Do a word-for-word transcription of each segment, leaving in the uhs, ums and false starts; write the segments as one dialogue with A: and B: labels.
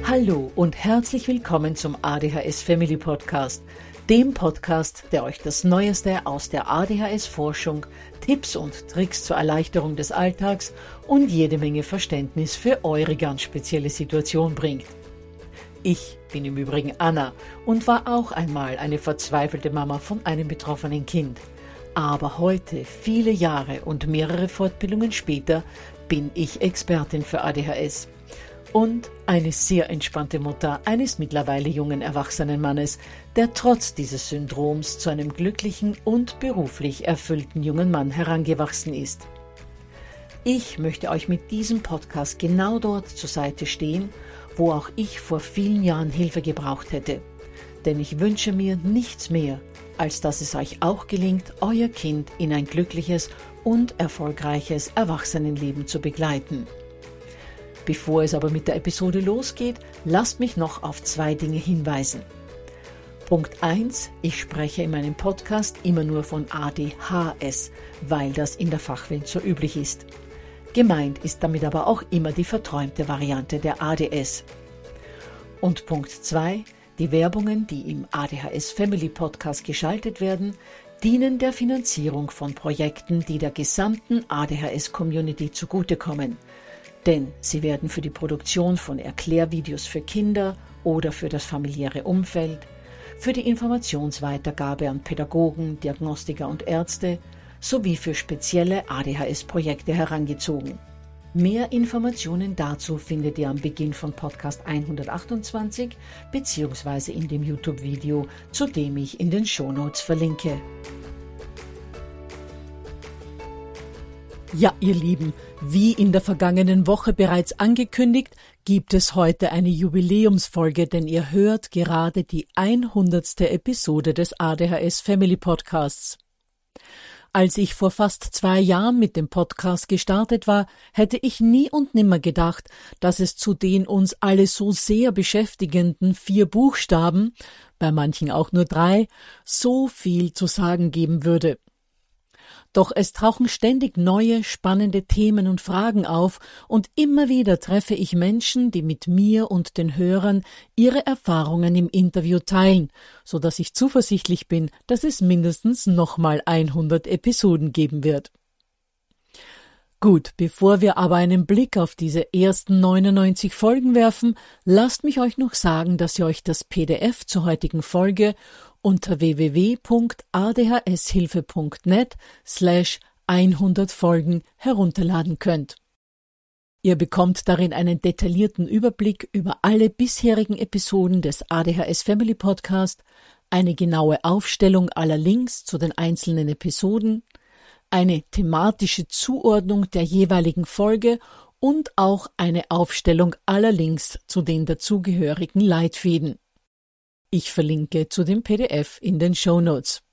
A: Hallo und herzlich willkommen zum A D H S Family Podcast, dem Podcast, der euch das Neueste aus der A D H S-Forschung, Tipps und Tricks zur Erleichterung des Alltags und jede Menge Verständnis für eure ganz spezielle Situation bringt. Ich bin im Übrigen Anna und war auch einmal eine verzweifelte Mama von einem betroffenen Kind. Aber heute, viele Jahre und mehrere Fortbildungen später, bin ich Expertin für A D H S. Und eine sehr entspannte Mutter eines mittlerweile jungen erwachsenen Mannes, der trotz dieses Syndroms zu einem glücklichen und beruflich erfüllten jungen Mann herangewachsen ist. Ich möchte euch mit diesem Podcast genau dort zur Seite stehen, wo auch ich vor vielen Jahren Hilfe gebraucht hätte. Denn ich wünsche mir nichts mehr, als dass es euch auch gelingt, euer Kind in ein glückliches und erfolgreiches Erwachsenenleben zu begleiten. Bevor es aber mit der Episode losgeht, lasst mich noch auf zwei Dinge hinweisen. Punkt eins. Ich spreche in meinem Podcast immer nur von A D H S, weil das in der Fachwelt so üblich ist. Gemeint ist damit aber auch immer die verträumte Variante der A D S. Und Punkt zwei. Die Werbungen, die im A D H S Family Podcast geschaltet werden, dienen der Finanzierung von Projekten, die der gesamten A D H S-Community zugutekommen. Denn sie werden für die Produktion von Erklärvideos für Kinder oder für das familiäre Umfeld, für die Informationsweitergabe an Pädagogen, Diagnostiker und Ärzte sowie für spezielle A D H S-Projekte herangezogen. Mehr Informationen dazu findet ihr am Beginn von Podcast hundertachtundzwanzig bzw. in dem YouTube-Video, zu dem ich in den Shownotes verlinke. Ja, ihr Lieben, wie in der vergangenen Woche bereits angekündigt, gibt es heute eine Jubiläumsfolge, denn ihr hört gerade die hundertste Episode des A D H S Family Podcasts. Als ich vor fast zwei Jahren mit dem Podcast gestartet war, hätte ich nie und nimmer gedacht, dass es zu den uns alle so sehr beschäftigenden vier Buchstaben, bei manchen auch nur drei, so viel zu sagen geben würde. Doch es tauchen ständig neue, spannende Themen und Fragen auf und immer wieder treffe ich Menschen, die mit mir und den Hörern ihre Erfahrungen im Interview teilen, so dass ich zuversichtlich bin, dass es mindestens nochmal hundert Episoden geben wird. Gut, bevor wir aber einen Blick auf diese ersten neunundneunzig Folgen werfen, lasst mich euch noch sagen, dass ihr euch das P D F zur heutigen Folge unter w w w punkt a d h s hilfe punkt net slash hundert Folgen herunterladen könnt. Ihr bekommt darin einen detaillierten Überblick über alle bisherigen Episoden des A D H S Family Podcast, eine genaue Aufstellung aller Links zu den einzelnen Episoden, eine thematische Zuordnung der jeweiligen Folge und auch eine Aufstellung aller Links zu den dazugehörigen Leitfäden. Ich verlinke zu dem P D F in den Shownotes.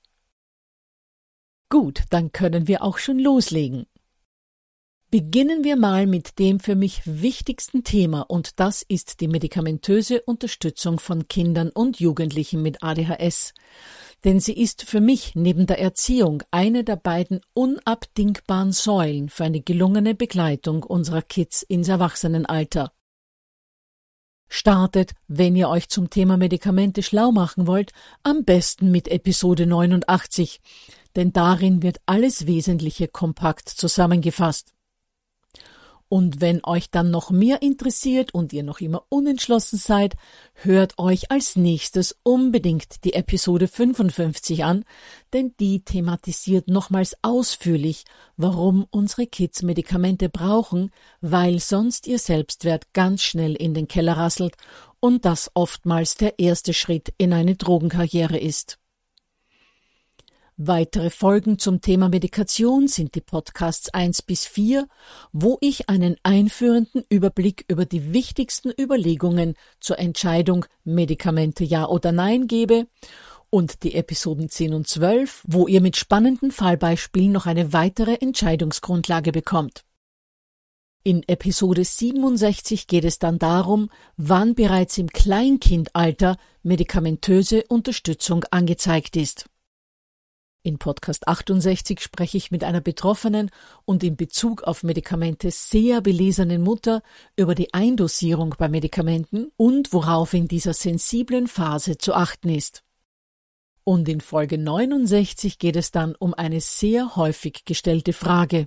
A: Gut, dann können wir auch schon loslegen. Beginnen wir mal mit dem für mich wichtigsten Thema, und das ist die medikamentöse Unterstützung von Kindern und Jugendlichen mit A D H S. Denn sie ist für mich neben der Erziehung eine der beiden unabdingbaren Säulen für eine gelungene Begleitung unserer Kids ins Erwachsenenalter. Startet, wenn ihr euch zum Thema Medikamente schlau machen wollt, am besten mit Episode neunundachtzig, denn darin wird alles Wesentliche kompakt zusammengefasst. Und wenn euch dann noch mehr interessiert und ihr noch immer unentschlossen seid, hört euch als nächstes unbedingt die Episode fünfundfünfzig an, denn die thematisiert nochmals ausführlich, warum unsere Kids Medikamente brauchen, weil sonst ihr Selbstwert ganz schnell in den Keller rasselt und das oftmals der erste Schritt in eine Drogenkarriere ist. Weitere Folgen zum Thema Medikation sind die Podcasts eins bis vier, wo ich einen einführenden Überblick über die wichtigsten Überlegungen zur Entscheidung Medikamente ja oder nein gebe, und die Episoden zehn und zwölf, wo ihr mit spannenden Fallbeispielen noch eine weitere Entscheidungsgrundlage bekommt. In Episode siebenundsechzig geht es dann darum, wann bereits im Kleinkindalter medikamentöse Unterstützung angezeigt ist. In Podcast achtundsechzig spreche ich mit einer betroffenen und in Bezug auf Medikamente sehr belesenen Mutter über die Eindosierung bei Medikamenten und worauf in dieser sensiblen Phase zu achten ist. Und in Folge neunundsechzig geht es dann um eine sehr häufig gestellte Frage: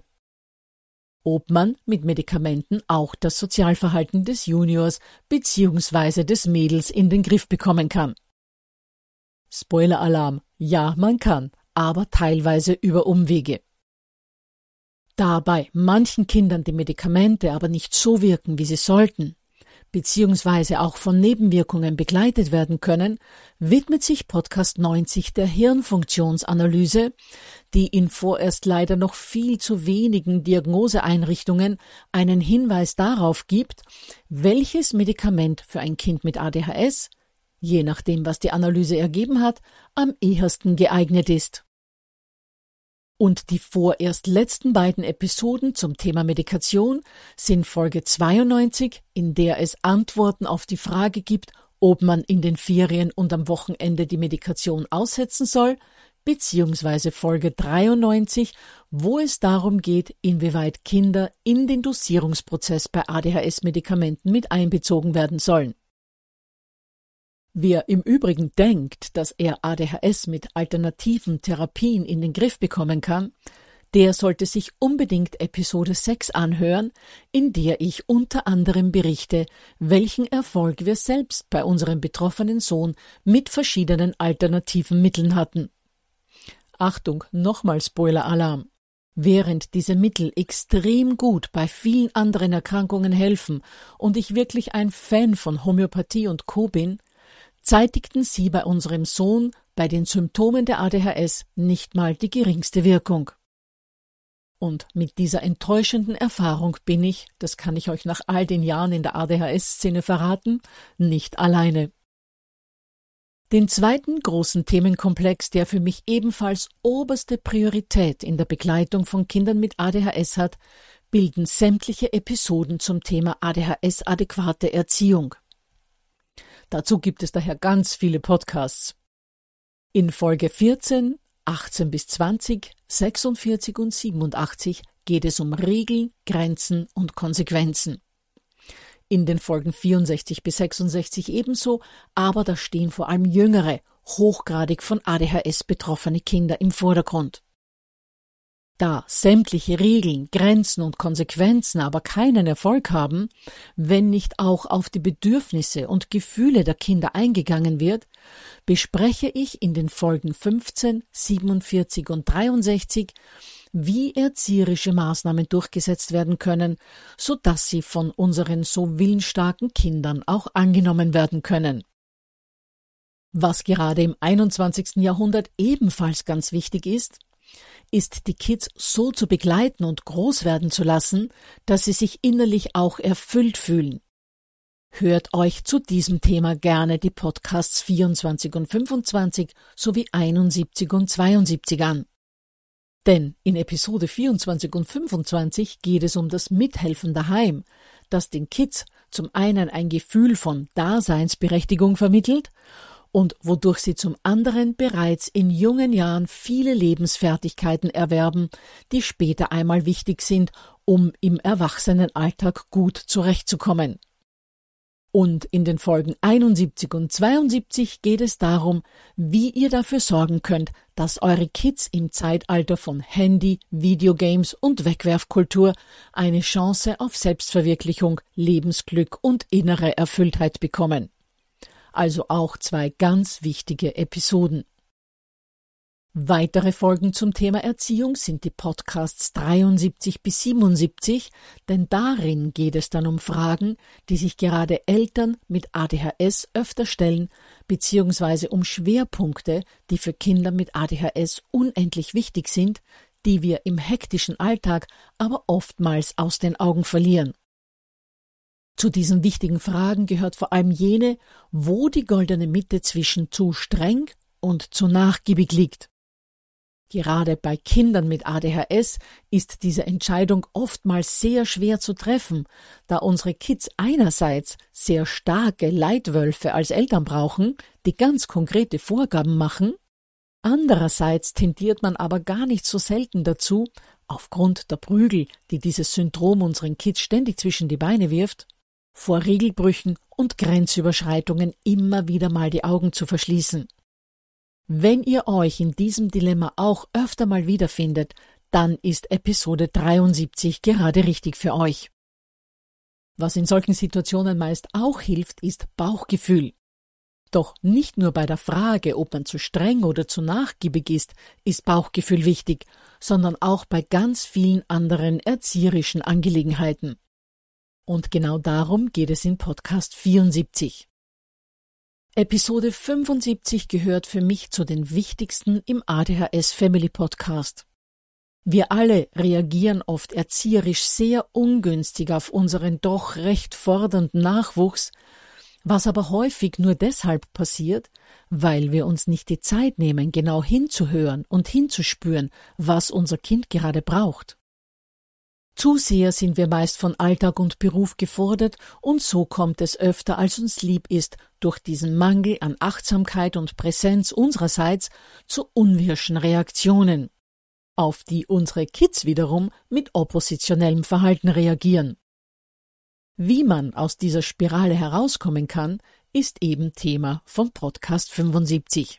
A: Ob man mit Medikamenten auch das Sozialverhalten des Juniors bzw. des Mädels in den Griff bekommen kann. Spoiler-Alarm: Ja, man kann, aber teilweise über Umwege. Da bei manchen Kindern die Medikamente aber nicht so wirken, wie sie sollten, beziehungsweise auch von Nebenwirkungen begleitet werden können, widmet sich Podcast neunzig der Hirnfunktionsanalyse, die in vorerst leider noch viel zu wenigen Diagnoseeinrichtungen einen Hinweis darauf gibt, welches Medikament für ein Kind mit A D H S, je nachdem, was die Analyse ergeben hat, am ehesten geeignet ist. Und die vorerst letzten beiden Episoden zum Thema Medikation sind Folge zweiundneunzig, in der es Antworten auf die Frage gibt, ob man in den Ferien und am Wochenende die Medikation aussetzen soll, beziehungsweise Folge dreiundneunzig, wo es darum geht, inwieweit Kinder in den Dosierungsprozess bei A D H S-Medikamenten mit einbezogen werden sollen. Wer im Übrigen denkt, dass er A D H S mit alternativen Therapien in den Griff bekommen kann, der sollte sich unbedingt Episode sechs anhören, in der ich unter anderem berichte, welchen Erfolg wir selbst bei unserem betroffenen Sohn mit verschiedenen alternativen Mitteln hatten. Achtung, nochmal Spoiler-Alarm. Während diese Mittel extrem gut bei vielen anderen Erkrankungen helfen und ich wirklich ein Fan von Homöopathie und Co. bin, zeitigten sie bei unserem Sohn bei den Symptomen der A D H S nicht mal die geringste Wirkung. Und mit dieser enttäuschenden Erfahrung bin ich, das kann ich euch nach all den Jahren in der A D H S-Szene verraten, nicht alleine. Den zweiten großen Themenkomplex, der für mich ebenfalls oberste Priorität in der Begleitung von Kindern mit A D H S hat, bilden sämtliche Episoden zum Thema A D H S-adäquate Erziehung. Dazu gibt es daher ganz viele Podcasts. In Folge vierzehn, achtzehn bis zwanzig, sechsundvierzig und siebenundachtzig geht es um Regeln, Grenzen und Konsequenzen. In den Folgen vierundsechzig bis sechsundsechzig ebenso, aber da stehen vor allem jüngere, hochgradig von A D H S betroffene Kinder im Vordergrund. Da sämtliche Regeln, Grenzen und Konsequenzen aber keinen Erfolg haben, wenn nicht auch auf die Bedürfnisse und Gefühle der Kinder eingegangen wird, bespreche ich in den Folgen fünfzehn, siebenundvierzig und dreiundsechzig, wie erzieherische Maßnahmen durchgesetzt werden können, sodass sie von unseren so willensstarken Kindern auch angenommen werden können. Was gerade im einundzwanzigsten Jahrhundert ebenfalls ganz wichtig ist, ist die Kids so zu begleiten und groß werden zu lassen, dass sie sich innerlich auch erfüllt fühlen. Hört euch zu diesem Thema gerne die Podcasts vierundzwanzig und fünfundzwanzig sowie einundsiebzig und zweiundsiebzig an. Denn in Episode vierundzwanzig und fünfundzwanzig geht es um das Mithelfen daheim, das den Kids zum einen ein Gefühl von Daseinsberechtigung vermittelt und wodurch sie zum anderen bereits in jungen Jahren viele Lebensfertigkeiten erwerben, die später einmal wichtig sind, um im Erwachsenenalltag gut zurechtzukommen. Und in den Folgen einundsiebzig und zweiundsiebzig geht es darum, wie ihr dafür sorgen könnt, dass eure Kids im Zeitalter von Handy, Videogames und Wegwerfkultur eine Chance auf Selbstverwirklichung, Lebensglück und innere Erfülltheit bekommen. Also auch zwei ganz wichtige Episoden. Weitere Folgen zum Thema Erziehung sind die Podcasts dreiundsiebzig bis siebenundsiebzig, denn darin geht es dann um Fragen, die sich gerade Eltern mit A D H S öfter stellen, beziehungsweise um Schwerpunkte, die für Kinder mit A D H S unendlich wichtig sind, die wir im hektischen Alltag aber oftmals aus den Augen verlieren. Zu diesen wichtigen Fragen gehört vor allem jene, wo die goldene Mitte zwischen zu streng und zu nachgiebig liegt. Gerade bei Kindern mit A D H S ist diese Entscheidung oftmals sehr schwer zu treffen, da unsere Kids einerseits sehr starke Leitwölfe als Eltern brauchen, die ganz konkrete Vorgaben machen, Andererseits tendiert man aber gar nicht so selten dazu, aufgrund der Prügel, die dieses Syndrom unseren Kids ständig zwischen die Beine wirft, vor Regelbrüchen und Grenzüberschreitungen immer wieder mal die Augen zu verschließen. Wenn ihr euch in diesem Dilemma auch öfter mal wiederfindet, dann ist Episode dreiundsiebzig gerade richtig für euch. Was in solchen Situationen meist auch hilft, ist Bauchgefühl. Doch nicht nur bei der Frage, ob man zu streng oder zu nachgiebig ist, ist Bauchgefühl wichtig, sondern auch bei ganz vielen anderen erzieherischen Angelegenheiten. Und genau darum geht es in Podcast vierundsiebzig. Episode fünfundsiebzig gehört für mich zu den wichtigsten im A D H S Family Podcast. Wir alle reagieren oft erzieherisch sehr ungünstig auf unseren doch recht fordernden Nachwuchs, was aber häufig nur deshalb passiert, weil wir uns nicht die Zeit nehmen, genau hinzuhören und hinzuspüren, was unser Kind gerade braucht. Zu sehr sind wir meist von Alltag und Beruf gefordert und so kommt es öfter, als uns lieb ist, durch diesen Mangel an Achtsamkeit und Präsenz unsererseits zu unwirschen Reaktionen, auf die unsere Kids wiederum mit oppositionellem Verhalten reagieren. Wie man aus dieser Spirale herauskommen kann, ist eben Thema von Podcast fünfundsiebzig.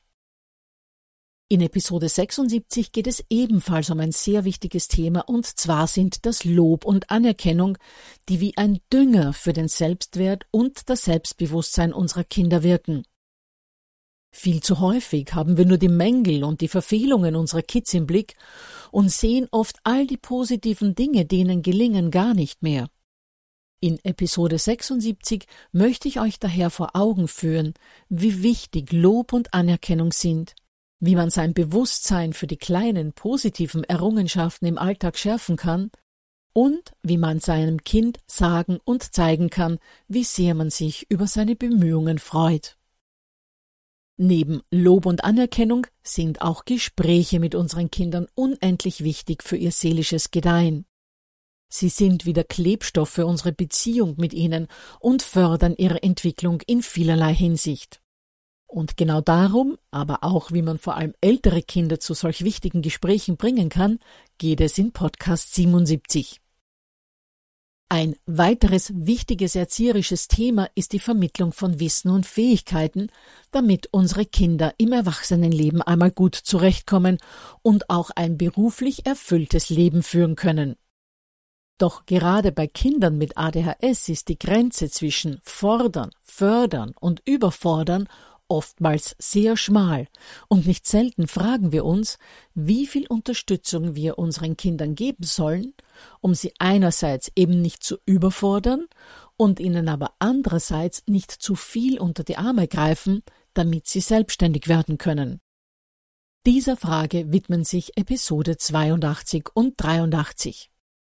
A: In Episode sechsundsiebzig geht es ebenfalls um ein sehr wichtiges Thema, und zwar sind das Lob und Anerkennung, die wie ein Dünger für den Selbstwert und das Selbstbewusstsein unserer Kinder wirken. Viel zu häufig haben wir nur die Mängel und die Verfehlungen unserer Kids im Blick und sehen oft all die positiven Dinge, die ihnen gelingen, gar nicht mehr. In Episode sechsundsiebzig möchte ich euch daher vor Augen führen, wie wichtig Lob und Anerkennung sind, wie man sein Bewusstsein für die kleinen positiven Errungenschaften im Alltag schärfen kann und wie man seinem Kind sagen und zeigen kann, wie sehr man sich über seine Bemühungen freut. Neben Lob und Anerkennung sind auch Gespräche mit unseren Kindern unendlich wichtig für ihr seelisches Gedeihen. Sie sind wie der Klebstoff für unsere Beziehung mit ihnen und fördern ihre Entwicklung in vielerlei Hinsicht. Und genau darum, aber auch wie man vor allem ältere Kinder zu solch wichtigen Gesprächen bringen kann, geht es in Podcast siebenundsiebzig. Ein weiteres wichtiges erzieherisches Thema ist die Vermittlung von Wissen und Fähigkeiten, damit unsere Kinder im Erwachsenenleben einmal gut zurechtkommen und auch ein beruflich erfülltes Leben führen können. Doch gerade bei Kindern mit A D H S ist die Grenze zwischen fordern, fördern und überfordern oftmals sehr schmal, und nicht selten fragen wir uns, wie viel Unterstützung wir unseren Kindern geben sollen, um sie einerseits eben nicht zu überfordern und ihnen aber andererseits nicht zu viel unter die Arme greifen, damit sie selbstständig werden können. Dieser Frage widmen sich Episode zweiundachtzig und dreiundachtzig.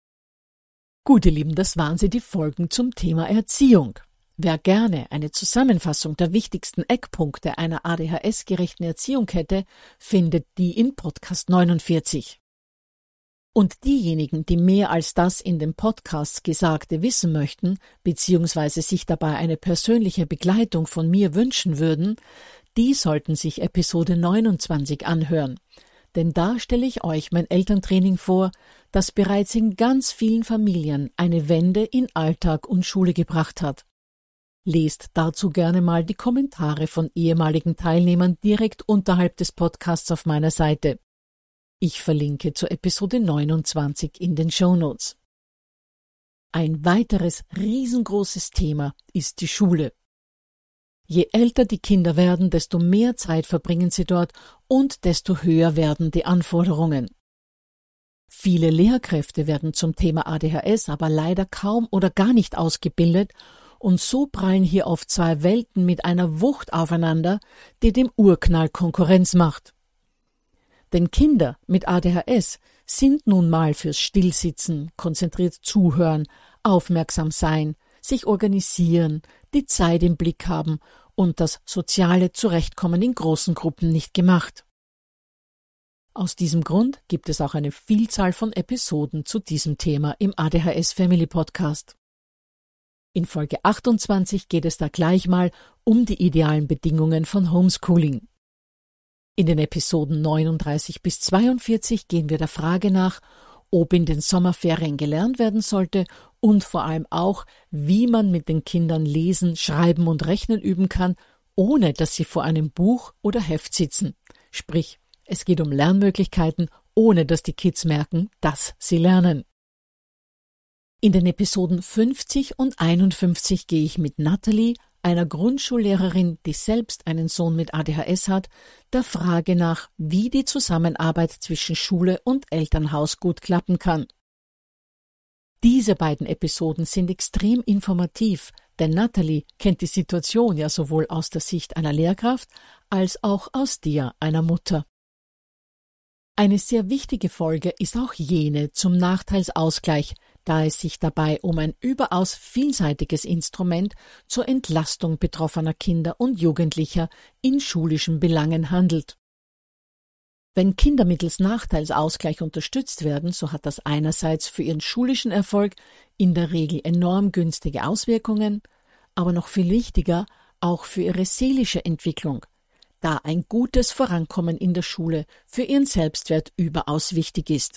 A: Gut, ihr Lieben, das waren sie, die Folgen zum Thema Erziehung. Wer gerne eine Zusammenfassung der wichtigsten Eckpunkte einer A D H S-gerechten Erziehung hätte, findet die in Podcast neunundvierzig. Und diejenigen, die mehr als das in den Podcasts Gesagte wissen möchten, beziehungsweise sich dabei eine persönliche Begleitung von mir wünschen würden, die sollten sich Episode neunundzwanzig anhören. Denn da stelle ich euch mein Elterntraining vor, das bereits in ganz vielen Familien eine Wende in Alltag und Schule gebracht hat. Lest dazu gerne mal die Kommentare von ehemaligen Teilnehmern direkt unterhalb des Podcasts auf meiner Seite. Ich verlinke zur Episode neunundzwanzig in den Shownotes. Ein weiteres riesengroßes Thema ist die Schule. Je älter die Kinder werden, desto mehr Zeit verbringen sie dort und desto höher werden die Anforderungen. Viele Lehrkräfte werden zum Thema A D H S aber leider kaum oder gar nicht ausgebildet, und so prallen hier oft zwei Welten mit einer Wucht aufeinander, die dem Urknall Konkurrenz macht. Denn Kinder mit A D H S sind nun mal fürs Stillsitzen, konzentriert zuhören, aufmerksam sein, sich organisieren, die Zeit im Blick haben und das soziale Zurechtkommen in großen Gruppen nicht gemacht. Aus diesem Grund gibt es auch eine Vielzahl von Episoden zu diesem Thema im A D H S Family Podcast. In Folge achtundzwanzig geht es da gleich mal um die idealen Bedingungen von Homeschooling. In den Episoden neununddreißig bis zweiundvierzig gehen wir der Frage nach, ob in den Sommerferien gelernt werden sollte und vor allem auch, wie man mit den Kindern lesen, schreiben und rechnen üben kann, ohne dass sie vor einem Buch oder Heft sitzen. Sprich, es geht um Lernmöglichkeiten, ohne dass die Kids merken, dass sie lernen. In den Episoden fünfzig und einundfünfzig gehe ich mit Natalie, einer Grundschullehrerin, die selbst einen Sohn mit A D H S hat, der Frage nach, wie die Zusammenarbeit zwischen Schule und Elternhaus gut klappen kann. Diese beiden Episoden sind extrem informativ, denn Natalie kennt die Situation ja sowohl aus der Sicht einer Lehrkraft als auch aus der einer Mutter. Eine sehr wichtige Folge ist auch jene zum Nachteilsausgleich, da es sich dabei um ein überaus vielseitiges Instrument zur Entlastung betroffener Kinder und Jugendlicher in schulischen Belangen handelt. Wenn Kinder mittels Nachteilsausgleich unterstützt werden, so hat das einerseits für ihren schulischen Erfolg in der Regel enorm günstige Auswirkungen, aber noch viel wichtiger auch für ihre seelische Entwicklung, da ein gutes Vorankommen in der Schule für ihren Selbstwert überaus wichtig ist.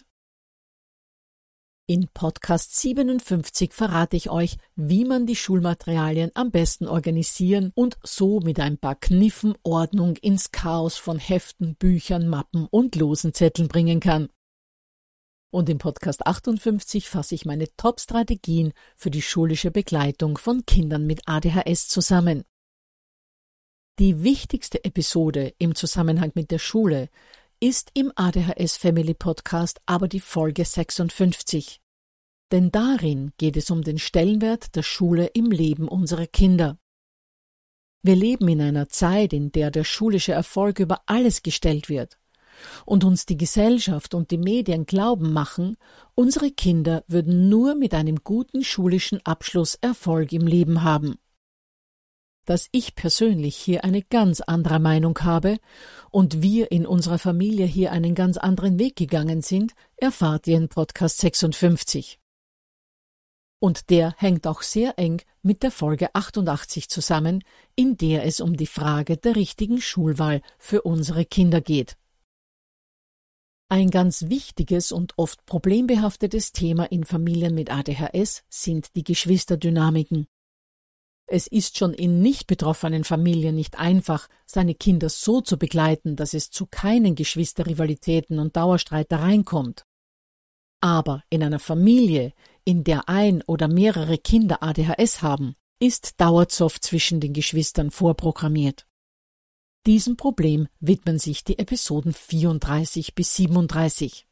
A: In Podcast siebenundfünfzig verrate ich euch, wie man die Schulmaterialien am besten organisieren und so mit ein paar Kniffen Ordnung ins Chaos von Heften, Büchern, Mappen und losen Zetteln bringen kann. Und im Podcast achtundfünfzig fasse ich meine Top-Strategien für die schulische Begleitung von Kindern mit A D H S zusammen. Die wichtigste Episode im Zusammenhang mit der Schule ist im A D H S Family Podcast aber die Folge sechsundfünfzig. Denn darin geht es um den Stellenwert der Schule im Leben unserer Kinder. Wir leben in einer Zeit, in der der schulische Erfolg über alles gestellt wird und uns die Gesellschaft und die Medien glauben machen, unsere Kinder würden nur mit einem guten schulischen Abschluss Erfolg im Leben haben. Dass ich persönlich hier eine ganz andere Meinung habe und wir in unserer Familie hier einen ganz anderen Weg gegangen sind, erfahrt ihr in Podcast sechsundfünfzig. Und der hängt auch sehr eng mit der Folge achtundachtzig zusammen, in der es um die Frage der richtigen Schulwahl für unsere Kinder geht. Ein ganz wichtiges und oft problembehaftetes Thema in Familien mit A D H S sind die Geschwisterdynamiken. Es ist schon in nicht betroffenen Familien nicht einfach, seine Kinder so zu begleiten, dass es zu keinen Geschwisterrivalitäten und Dauerstreitereien kommt. Aber in einer Familie, in der ein oder mehrere Kinder A D H S haben, ist Dauerzoff zwischen den Geschwistern vorprogrammiert. Diesem Problem widmen sich die Episoden vierunddreißig bis siebenunddreißig.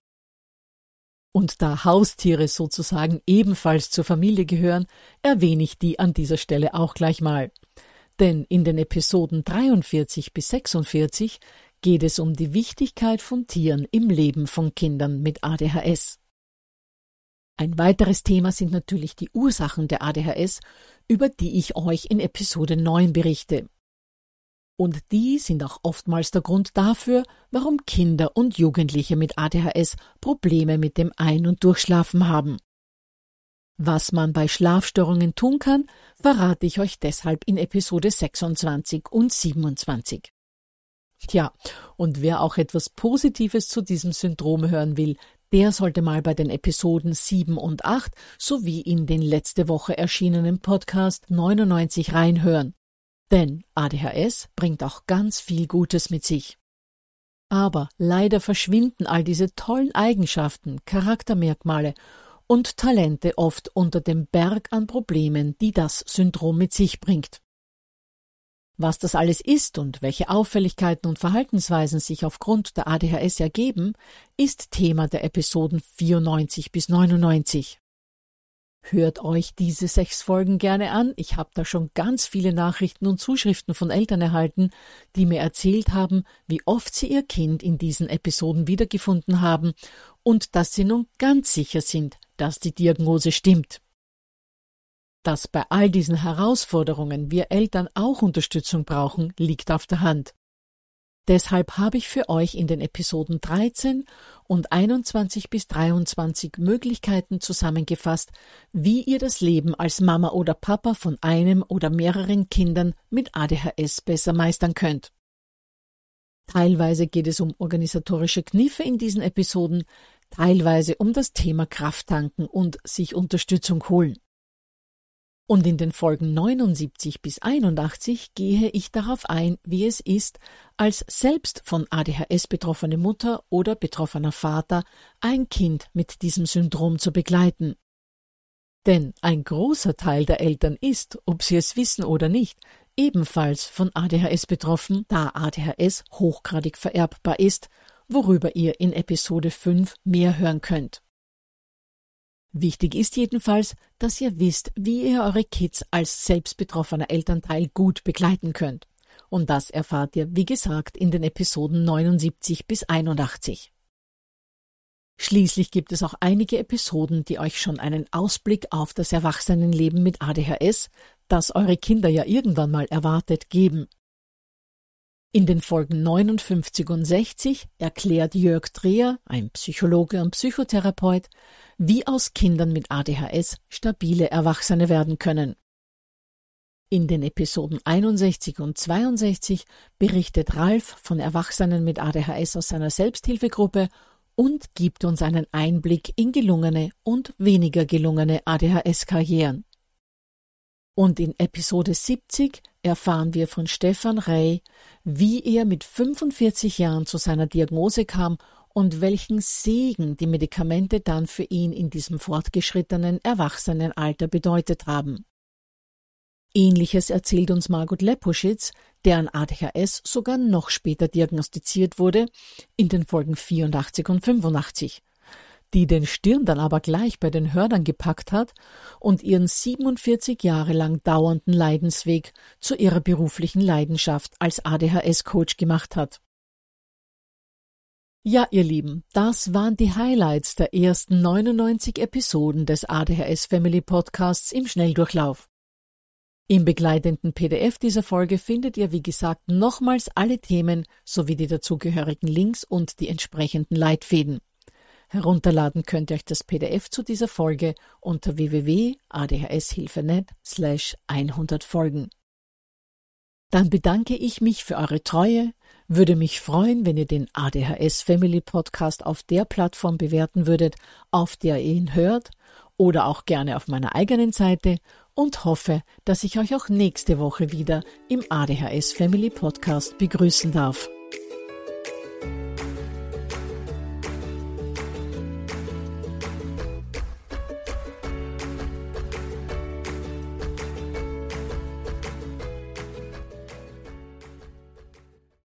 A: Und da Haustiere sozusagen ebenfalls zur Familie gehören, erwähne ich die an dieser Stelle auch gleich mal. Denn in den Episoden dreiundvierzig bis sechsundvierzig geht es um die Wichtigkeit von Tieren im Leben von Kindern mit A D H S. Ein weiteres Thema sind natürlich die Ursachen der A D H S, über die ich euch in Episode neun berichte. Und die sind auch oftmals der Grund dafür, warum Kinder und Jugendliche mit A D H S Probleme mit dem Ein- und Durchschlafen haben. Was man bei Schlafstörungen tun kann, verrate ich euch deshalb in Episode sechsundzwanzig und siebenundzwanzig. Tja, und wer auch etwas Positives zu diesem Syndrom hören will, der sollte mal bei den Episoden sieben und acht sowie in den letzte Woche erschienenen Podcast neunundneunzig reinhören. Denn A D H S bringt auch ganz viel Gutes mit sich. Aber leider verschwinden all diese tollen Eigenschaften, Charaktermerkmale und Talente oft unter dem Berg an Problemen, die das Syndrom mit sich bringt. Was das alles ist und welche Auffälligkeiten und Verhaltensweisen sich aufgrund der A D H S ergeben, ist Thema der Episoden vierundneunzig bis neunundneunzig. Hört euch diese sechs Folgen gerne an. Ich habe da schon ganz viele Nachrichten und Zuschriften von Eltern erhalten, die mir erzählt haben, wie oft sie ihr Kind in diesen Episoden wiedergefunden haben und dass sie nun ganz sicher sind, dass die Diagnose stimmt. Dass bei all diesen Herausforderungen wir Eltern auch Unterstützung brauchen, liegt auf der Hand. Deshalb habe ich für euch in den Episoden dreizehn und einundzwanzig bis dreiundzwanzig Möglichkeiten zusammengefasst, wie ihr das Leben als Mama oder Papa von einem oder mehreren Kindern mit A D H S besser meistern könnt. Teilweise geht es um organisatorische Kniffe in diesen Episoden, teilweise um das Thema Krafttanken und sich Unterstützung holen. Und in den Folgen neunundsiebzig bis einundachtzig gehe ich darauf ein, wie es ist, als selbst von A D H S betroffene Mutter oder betroffener Vater ein Kind mit diesem Syndrom zu begleiten. Denn ein großer Teil der Eltern ist, ob sie es wissen oder nicht, ebenfalls von A D H S betroffen, da A D H S hochgradig vererbbar ist, worüber ihr in Episode fünf mehr hören könnt. Wichtig ist jedenfalls, dass ihr wisst, wie ihr eure Kids als selbst betroffener Elternteil gut begleiten könnt. Und das erfahrt ihr, wie gesagt, in den Episoden neunundsiebzig bis einundachtzig. Schließlich gibt es auch einige Episoden, die euch schon einen Ausblick auf das Erwachsenenleben mit A D H S, das eure Kinder ja irgendwann mal erwartet, geben. In den Folgen neunundfünfzig und sechzig erklärt Jörg Dreher, ein Psychologe und Psychotherapeut, wie aus Kindern mit A D H S stabile Erwachsene werden können. In den Episoden einundsechzig und zweiundsechzig berichtet Ralf von Erwachsenen mit A D H S aus seiner Selbsthilfegruppe und gibt uns einen Einblick in gelungene und weniger gelungene A D H S-Karrieren. Und in Episode siebzig erfahren wir von Stefan Rey, wie er mit fünfundvierzig Jahren zu seiner Diagnose kam und welchen Segen die Medikamente dann für ihn in diesem fortgeschrittenen Erwachsenenalter bedeutet haben. Ähnliches erzählt uns Margot Lepuschitz, deren A D H S sogar noch später diagnostiziert wurde, in den Folgen vierundachtzig und fünfundachtzig, die den Stirn dann aber gleich bei den Hörnern gepackt hat und ihren siebenundvierzig Jahre lang dauernden Leidensweg zu ihrer beruflichen Leidenschaft als A D H S-Coach gemacht hat. Ja, ihr Lieben, das waren die Highlights der ersten neunundneunzig Episoden des A D H S Family Podcasts im Schnelldurchlauf. Im begleitenden P D F dieser Folge findet ihr, wie gesagt, nochmals alle Themen sowie die dazugehörigen Links und die entsprechenden Leitfäden. Herunterladen könnt ihr euch das P D F zu dieser Folge unter w w w punkt a d h s hilfe punkt net slash hundert Folgen. Dann bedanke ich mich für eure Treue, würde mich freuen, wenn ihr den A D H S Family Podcast auf der Plattform bewerten würdet, auf der ihr ihn hört, oder auch gerne auf meiner eigenen Seite, und hoffe, dass ich euch auch nächste Woche wieder im A D H S Family Podcast begrüßen darf.